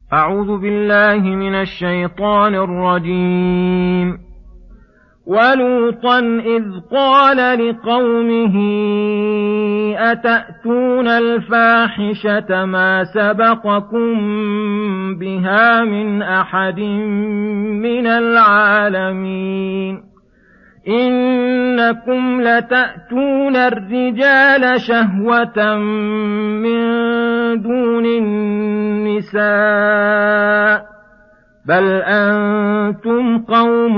أعوذ بالله من الشيطان الرجيم. ولوطا إذ قال لقومه أتأتون الفاحشة ما سبقكم بها من أحد من العالمين إنكم لتأتون الرجال شهوة من دون النساء بل أنتم قوم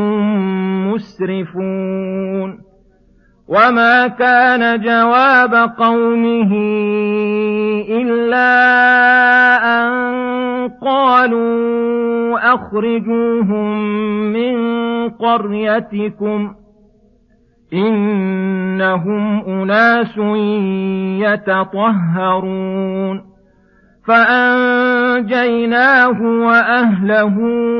مسرفون. وما كان جواب قومه إلا أن قالوا أخرجوهم من قريتكم إنهم أناس يتطهرون. فأنجيناه وأهله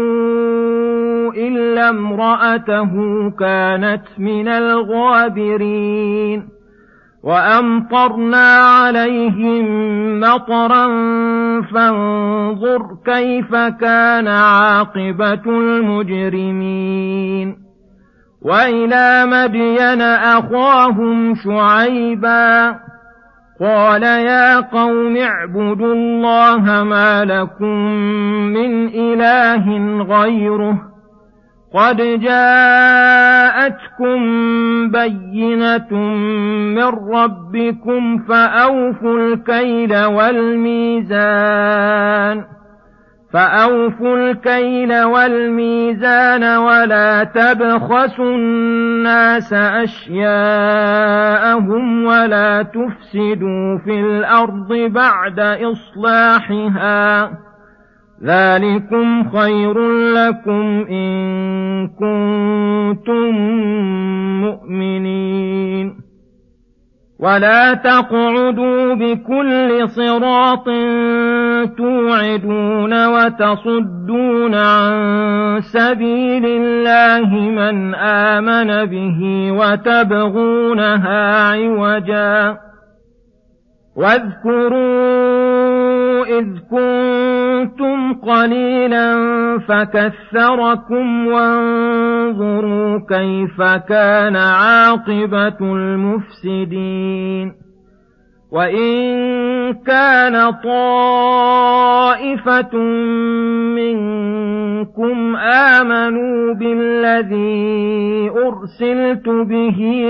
إلا امرأته كانت من الغابرين. وأمطرنا عليهم مطرا فانظر كيف كان عاقبة المجرمين. وإلى مدين أخاهم شعيبا قال يا قوم اعبدوا الله ما لكم من إله غيره قد جاءتكم بينة من ربكم فأوفوا الكيل والميزان ولا تبخسوا الناس أشياءهم ولا تفسدوا في الأرض بعد إصلاحها ذلكم خير لكم إن كنتم مؤمنين. ولا تقعدوا بكل صراط توعدون وتصدون عن سبيل الله من آمن به وتبغونها عوجا. واذكروا إذ كنتم قليلا فكثركم وانظروا كيف كان عاقبة المفسدين. وإن كان طائفة منكم آمنوا بالذي أرسلت به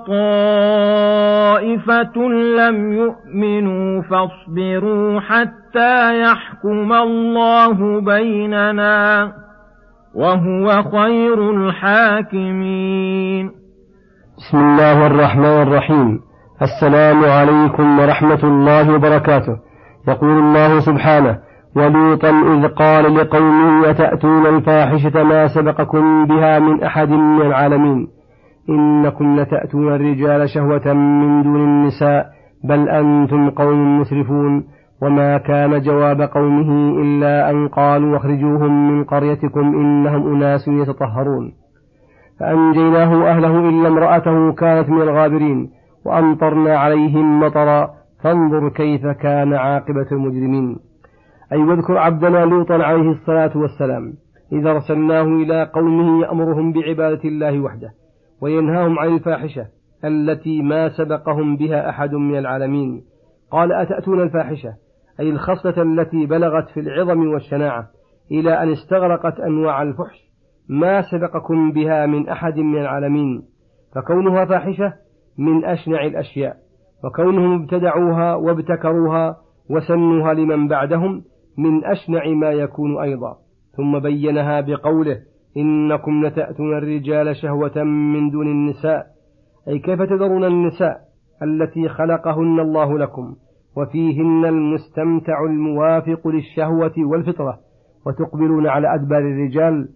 وطائفة لم يؤمنوا فاصبروا حتى يحكم الله بيننا وهو خير الحاكمين. بسم الله الرحمن الرحيم. السلام عليكم ورحمة الله وبركاته. يقول الله سبحانه: ولوطا إذ قال لقومه أتأتون الفاحشة ما سبقكم بها من أحد من العالمين إنكم لتأتون الرجال شهوة من دون النساء بل أنتم قوم مسرفون. وما كان جواب قومه إلا أن قالوا اخرجوهم من قريتكم إنهم أناس يتطهرون. فأنجيناه وأهله إلا امرأته كانت من الغابرين وأمطرنا عليهم مطرا فانظر كيف كان عاقبة المجرمين. أي واذكر عبدنا لوطا عليه الصلاة والسلام إذا أرسلناه إلى قومه يأمرهم بعبادة الله وحده وينهاهم عن الفاحشة التي ما سبقهم بها أحد من العالمين. قال أتأتون الفاحشة أي الخصلة التي بلغت في العظم والشناعة إلى أن استغرقت أنواع الفحش ما سبقكم بها من أحد من العالمين. فكونها فاحشة من أشنع الأشياء، وكونهم ابتدعوها وابتكروها وسنوها لمن بعدهم من أشنع ما يكون أيضا. ثم بينها بقوله إنكم لتأتون الرجال شهوة من دون النساء، أي كيف تذرون النساء التي خلقهن الله لكم وفيهن المستمتع الموافق للشهوة والفطرة، وتقبلون على أدبار الرجال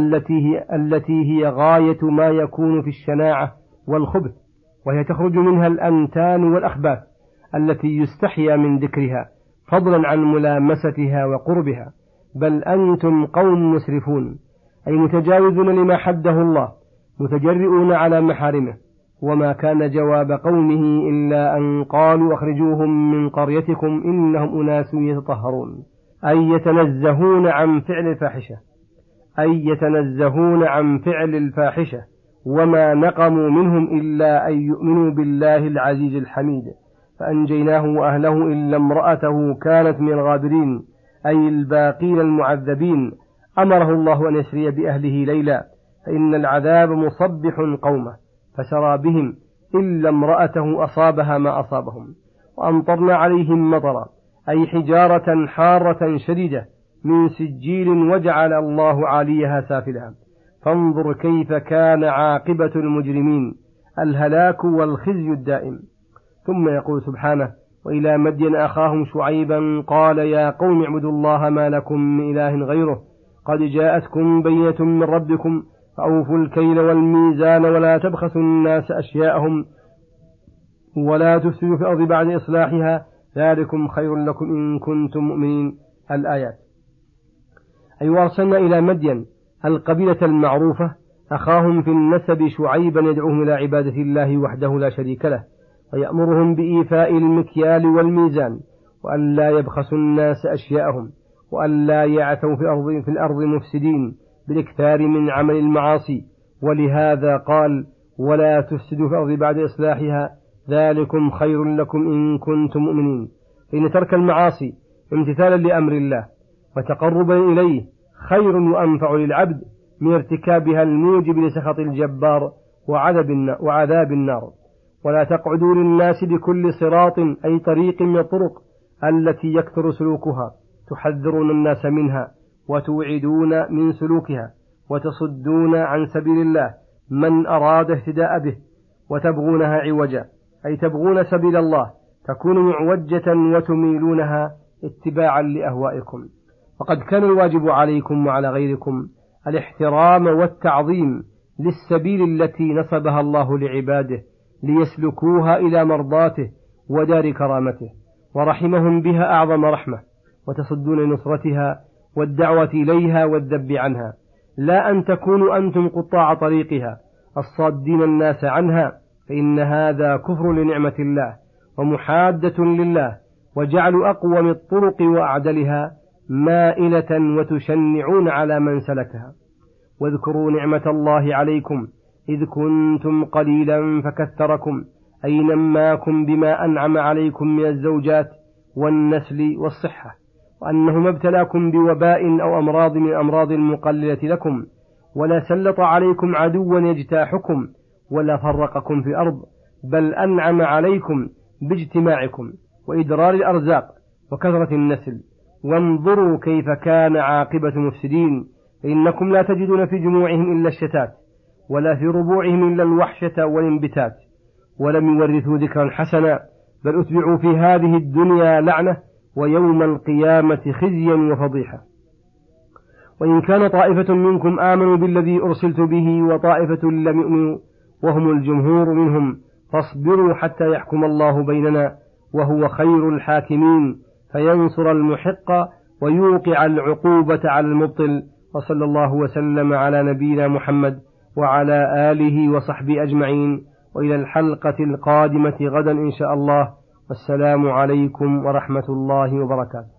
التي هي غاية ما يكون في الشناعة والخبث، وهي تخرج منها الأنتان والأخباث التي يستحيا من ذكرها فضلا عن ملامستها وقربها. بل أنتم قوم مسرفون، أي متجاوزون لما حده الله متجرئون على محارمه. وما كان جواب قومه إلا أن قالوا أخرجوهم من قريتكم إنهم أناس يتطهرون. أي يتنزهون عن فعل الفاحشة وما نقموا منهم إلا أن يؤمنوا بالله العزيز الحميد، فأنجيناه وأهله إلا امرأته كانت من الغابرين، أي الباقين المعذبين. أمره الله أن يسري بأهله ليلا، فإن العذاب مصبح قومه، فسرى بهم إلا امرأته أصابها ما أصابهم. وأمطرنا عليهم مطرا، أي حجارة حارة شديدة من سجيل، وجعل الله عاليها سافلها. فانظر كيف كان عاقبة المجرمين، الهلاك والخزي الدائم. ثم يقول سبحانه: وإلى مدين أخاهم شعيبا قال يا قوم اعبدوا الله ما لكم من إله غيره قد جاءتكم بينة من ربكم فأوفوا الكيل والميزان ولا تبخسوا الناس أشياءهم ولا تفسدوا في الأرض بعد إصلاحها ذلكم خير لكم إن كنتم مؤمنين. الآيات. أي وارسلنا إلى مدين القبيلة المعروفة أخاهم في النسب شعيبا يدعوهم إلى عبادة الله وحده لا شريك له، ويأمرهم بإيفاء المكيال والميزان، وأن لا يبخسوا الناس أشياءهم، وأن لا يعثوا في الأرض مفسدين بالاكثار من عمل المعاصي. ولهذا قال: ولا تفسدوا في الأرض بعد إصلاحها ذلكم خير لكم إن كنتم مؤمنين. فإن ترك المعاصي امتثالا لأمر الله وتقربا إليه خير وأنفع للعبد من ارتكابها الموجب لسخط الجبار وعذاب النار. ولا تقعدوا للناس بكل صراط، أي طريق من الطرق التي يكثر سلوكها، تحذرون الناس منها وتوعدون من سلوكها وتصدون عن سبيل الله من أراد اهتداء به، وتبغونها عوجا، أي تبغون سبيل الله تكون معوجة وتميلونها اتباعا لأهوائكم. وقد كان الواجب عليكم وعلى غيركم الاحترام والتعظيم للسبيل التي نصبها الله لعباده ليسلكوها إلى مرضاته ودار كرامته، ورحمهم بها أعظم رحمة، وتصدون نصرتها والدعوة إليها والذب عنها، لا أن تكونوا أنتم قطاع طريقها الصادين الناس عنها، فإن هذا كفر لنعمة الله ومحادة لله، وجعل أقوم الطرق وأعدلها مائلة وتشنعون على من سلكها. واذكروا نعمة الله عليكم إذ كنتم قليلا فكثركم، أي نماكم بما أنعم عليكم من الزوجات والنسل والصحة، وأنه ما ابتلاكم بوباء أو أمراض من أمراض المقللة لكم، ولا سلط عليكم عدوا يجتاحكم ولا فرقكم في الأرض، بل أنعم عليكم باجتماعكم وإدرار الأرزاق وكثرة النسل. وانظروا كيف كان عاقبة المفسدين، فإنكم لا تجدون في جموعهم إلا الشتات، ولا في ربوعهم إلا الوحشة والانبتات، ولم يورثوا ذكرا حسنا، بل أتبعوا في هذه الدنيا لعنة ويوم القيامة خزيا وفضيحة. وإن كان طائفة منكم آمنوا بالذي أرسلت به وطائفة لم يؤمنوا وهم الجمهور منهم فاصبروا حتى يحكم الله بيننا وهو خير الحاكمين، فينصر المحق ويوقع العقوبة على المبطل. وصلى الله وسلم على نبينا محمد وعلى آله وصحبه أجمعين، وإلى الحلقة القادمة غدا إن شاء الله، والسلام عليكم ورحمة الله وبركاته.